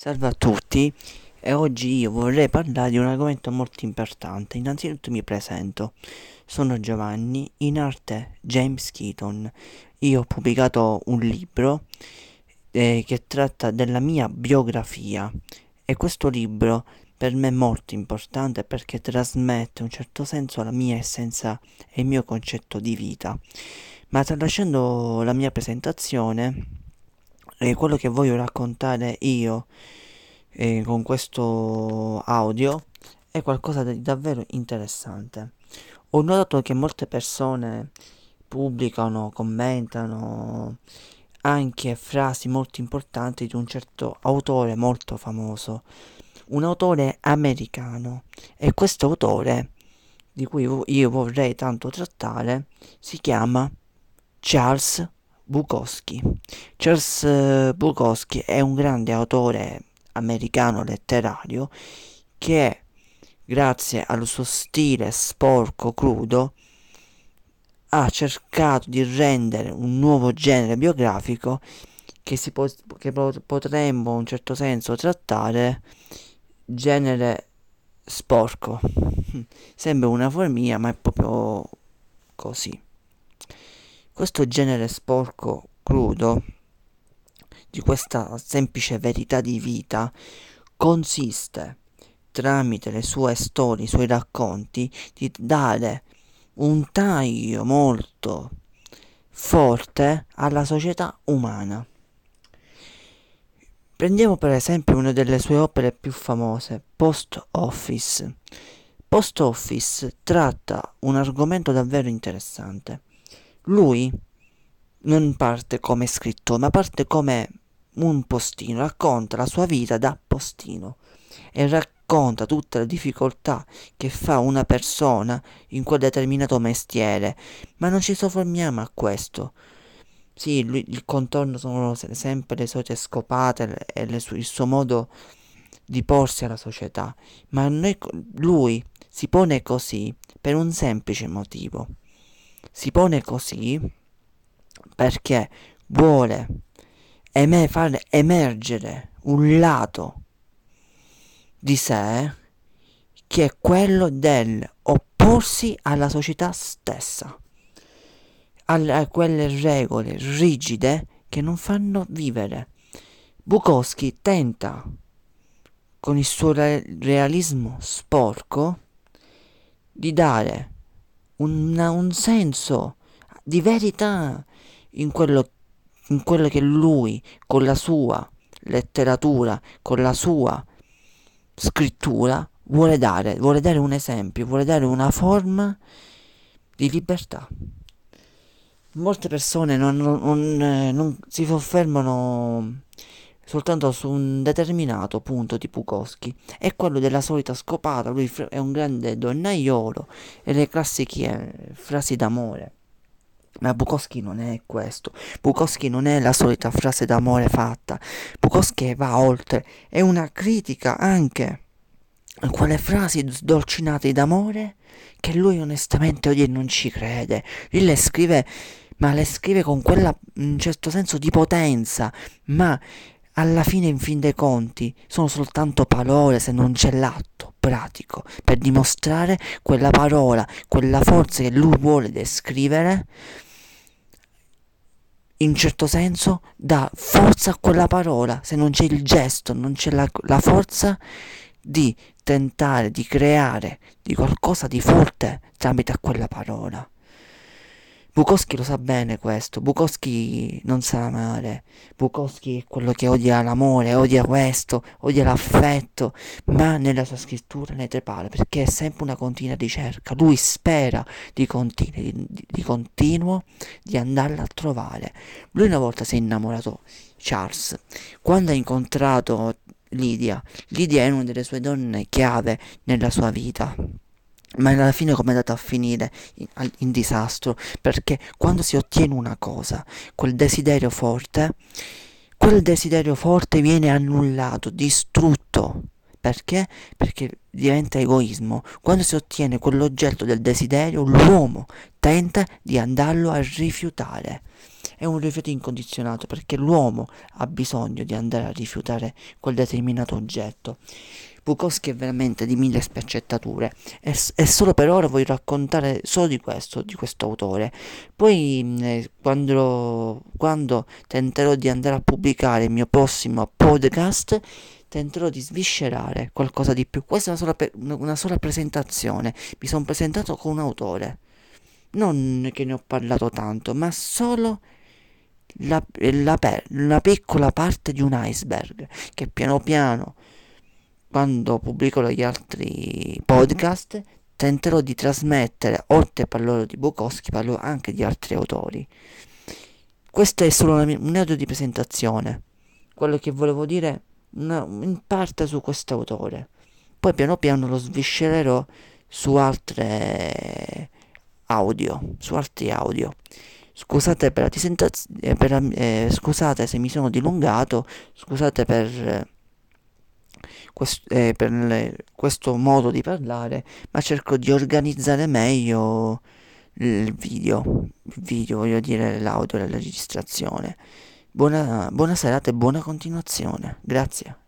Salve a tutti e oggi io vorrei parlare di un argomento molto importante. Innanzitutto mi presento, sono Giovanni, in arte James Keaton. Io ho pubblicato un libro che tratta della mia biografia e questo libro per me è molto importante perché trasmette in un certo senso la mia essenza e il mio concetto di vita. Ma tralasciando la mia presentazione, quello che voglio raccontare io con questo audio è qualcosa di davvero interessante. Ho notato che molte persone pubblicano, commentano anche frasi molto importanti di un certo autore molto famoso, un autore americano, e questo autore di cui io vorrei tanto trattare si chiama Charles Bukowski. Charles Bukowski è un grande autore americano letterario che, grazie al suo stile sporco, crudo, ha cercato di rendere un nuovo genere biografico che potremmo in un certo senso trattare genere sporco. Sembra una formia, ma è proprio così. Questo genere sporco, crudo, di questa semplice verità di vita, consiste, tramite le sue storie, i suoi racconti, di dare un taglio molto forte alla società umana. Prendiamo per esempio una delle sue opere più famose, Post Office. Post Office tratta un argomento davvero interessante. Lui non parte come scrittore, ma parte come un postino, racconta la sua vita da postino e racconta tutte le difficoltà che fa una persona in quel determinato mestiere, ma non ci soffermiamo a questo. Sì, il contorno sono sempre le solite scopate e il suo modo di porsi alla società, ma lui si pone così per un semplice motivo. Si pone così perché vuole far emergere un lato di sé che è quello del opporsi alla società stessa, a quelle regole rigide che non fanno vivere. Bukowski tenta, con il suo realismo sporco, di dare un senso di verità in quello che lui, con la sua letteratura, con la sua scrittura, vuole dare un esempio, vuole dare una forma di libertà. Molte persone non si soffermano soltanto su un determinato punto di Bukowski, è quello della solita scopata. Lui è un grande donnaiolo e le classiche frasi d'amore. Ma Bukowski non è questo. Bukowski non è la solita frase d'amore fatta. Bukowski va oltre. È una critica anche a quelle frasi sdolcinate d'amore che lui onestamente oggi non ci crede. Lui le scrive, ma le scrive con quella, in un certo senso, di potenza. Ma alla fine, in fin dei conti, sono soltanto parole se non c'è l'atto pratico per dimostrare quella parola, quella forza che lui vuole descrivere. In un certo senso dà forza a quella parola, se non c'è il gesto, non c'è la forza di tentare di creare di qualcosa di forte tramite a quella parola. Bukowski lo sa bene questo. Bukowski non sa amare. Bukowski è quello che odia l'amore, odia questo, odia l'affetto, ma nella sua scrittura ne trepala perché è sempre una continua ricerca. Lui spera di continuo di andarla a trovare. Lui una volta si è innamorato, Charles, quando ha incontrato Lydia. Lydia è una delle sue donne chiave nella sua vita. Ma alla fine come è andata a finire? In disastro, perché quando si ottiene una cosa, quel desiderio forte viene annullato, distrutto. Perché? Perché diventa egoismo. Quando si ottiene quell'oggetto del desiderio, l'uomo tenta di andarlo a rifiutare. è un rifiuto incondizionato, perché l'uomo ha bisogno di andare a rifiutare quel determinato oggetto. Bukowski è veramente di mille sfaccettature e solo per ora voglio raccontare solo di questo autore. Poi quando tenterò di andare a pubblicare il mio prossimo podcast, tenterò di sviscerare qualcosa di più. Questa è una sola presentazione. Mi sono presentato con un autore. Non che ne ho parlato tanto, ma solo una piccola parte di un iceberg che piano piano, quando pubblicherò gli altri podcast, tenterò di trasmettere. Oltre a parlare di Bukowski, parlo anche di altri autori. Questa è solo un audio di presentazione, quello che volevo dire in parte su questo autore. Poi piano piano lo sviscererò su altre su altri audio. Scusate per la scusate se mi sono dilungato, scusate per questo modo di parlare, ma cerco di organizzare meglio il video, voglio dire l'audio e la registrazione. Buona serata e buona continuazione. Grazie.